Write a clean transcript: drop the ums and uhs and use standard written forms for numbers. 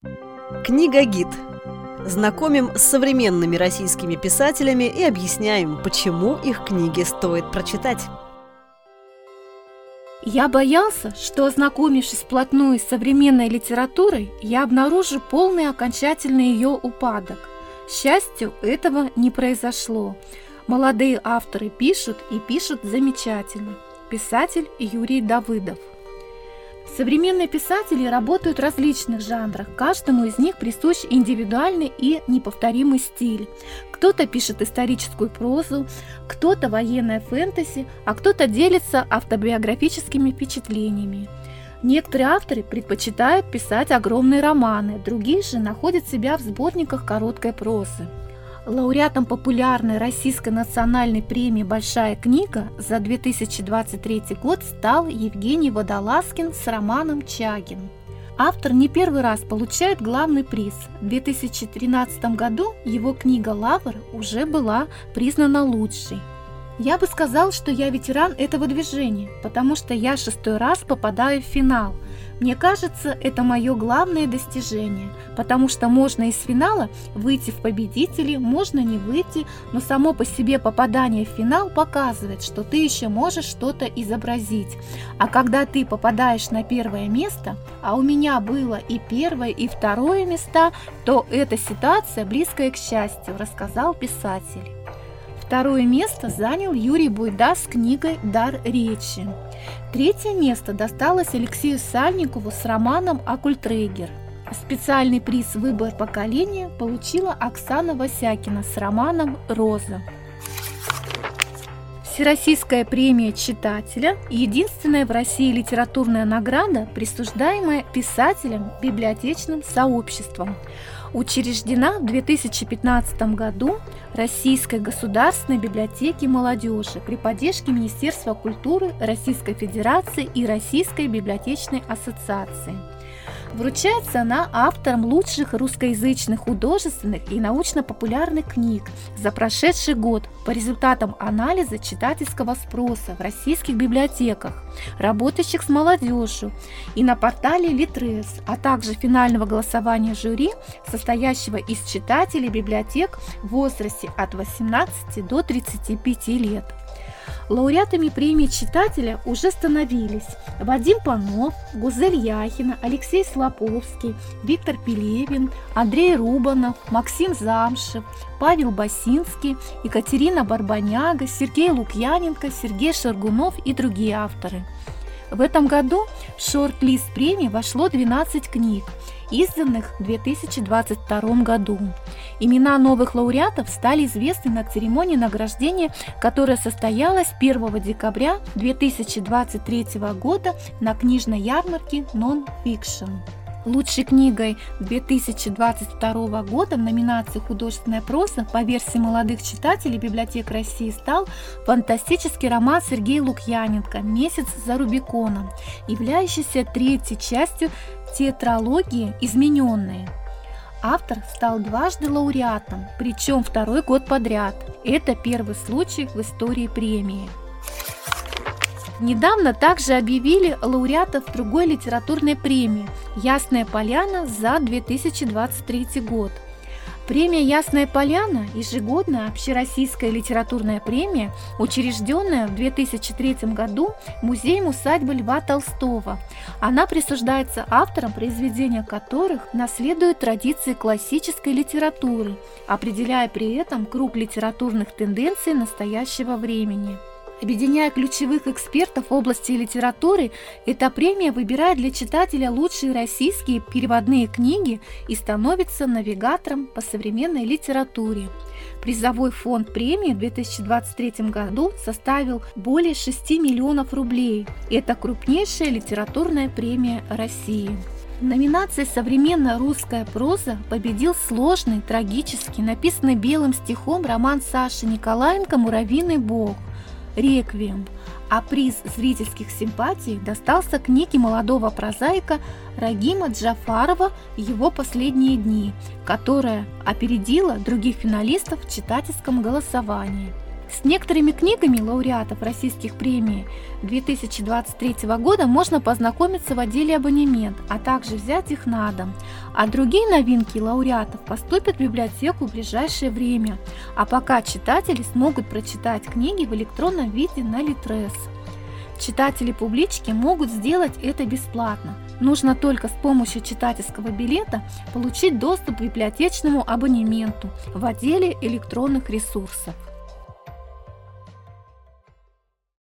Книга-гид. Знакомим с современными российскими писателями и объясняем, почему их книги стоит прочитать. Я боялся, что, ознакомившись вплотную с современной литературой, я обнаружу полный и окончательный ее упадок. К счастью, этого не произошло. Молодые авторы пишут и пишут замечательно. Писатель Юрий Давыдов. Современные писатели работают в различных жанрах, каждому из них присущ индивидуальный и неповторимый стиль. Кто-то пишет историческую прозу, кто-то военное фэнтези, а кто-то делится автобиографическими впечатлениями. Некоторые авторы предпочитают писать огромные романы, другие же находят себя в сборниках короткой прозы. Лауреатом популярной Российской национальной премии «Большая книга» за 2023 год стал Евгений Водолазкин с романом «Чагин». Автор не первый раз получает главный приз. В 2013 году его книга «Лавр» уже была признана лучшей. Я бы сказал, что я ветеран этого движения, потому что я 6-й раз попадаю в финал. Мне кажется, это мое главное достижение, потому что можно из финала выйти в победители, можно не выйти, но само по себе попадание в финал показывает, что ты еще можешь что-то изобразить. А когда ты попадаешь на первое место, а у меня было и первое, и второе места, то эта ситуация близкая к счастью, рассказал писатель. Второе место занял Юрий Буйда с книгой «Дар речи». Третье место досталось Алексею Сальникову с романом «Оккультрегер». Специальный приз «Выбор поколения» получила Оксана Васякина с романом «Роза». Всероссийская премия читателя – единственная в России литературная награда, присуждаемая писателям библиотечным сообществом. Учреждена в 2015 году Российской государственной библиотеки молодежи при поддержке Министерства культуры Российской Федерации и Российской библиотечной ассоциации. Вручается она авторам лучших русскоязычных художественных и научно-популярных книг за прошедший год по результатам анализа читательского спроса в российских библиотеках, работающих с молодежью и на портале Литрес, а также финального голосования жюри, состоящего из читателей библиотек в возрасте от 18 до 35 лет. Лауреатами премии читателя уже становились Вадим Панов, Гузель Яхина, Алексей Слоповский, Виктор Пелевин, Андрей Рубанов, Максим Замшев, Павел Басинский, Екатерина Барбаняга, Сергей Лукьяненко, Сергей Шаргунов и другие авторы. В этом году в шорт-лист премии вошло 12 книг, изданных в 2022 году. Имена новых лауреатов стали известны на церемонии награждения, которая состоялась 1 декабря 2023 года на книжной ярмарке «Нон-фикшн». Лучшей книгой 2022 года в номинации «Художественная проза» по версии молодых читателей библиотек России стал фантастический роман Сергея Лукьяненко «Месяц за Рубиконом», являющийся третьей частью тетралогии «Измененные». Автор стал дважды лауреатом, причем второй год подряд. Это первый случай в истории премии. Недавно также объявили лауреатов другой литературной премии «Ясная поляна» за 2023 год. Премия «Ясная поляна» – ежегодная общероссийская литературная премия, учрежденная в 2003 году Музеем-усадьбы Льва Толстого. Она присуждается авторам, произведения которых наследуют традиции классической литературы, определяя при этом круг литературных тенденций настоящего времени. Объединяя ключевых экспертов в области литературы, эта премия выбирает для читателя лучшие российские переводные книги и становится навигатором по современной литературе. Призовой фонд премии в 2023 году составил более 6 миллионов рублей. Это крупнейшая литературная премия России. В номинации «Современная русская проза» победил сложный, трагический, написанный белым стихом роман Саши Николаенко «Муравьиный бог» «Реквием», а приз зрительских симпатий достался книге молодого прозаика Рагима Джафарова «Его последние дни», которая опередила других финалистов в читательском голосовании. С некоторыми книгами лауреатов российских премий 2023 года можно познакомиться в отделе «Абонемент», а также взять их на дом. А другие новинки лауреатов поступят в библиотеку в ближайшее время. А пока читатели смогут прочитать книги в электронном виде на Литрес. Читатели публички могут сделать это бесплатно. Нужно только с помощью читательского билета получить доступ к библиотечному абонементу в отделе электронных ресурсов.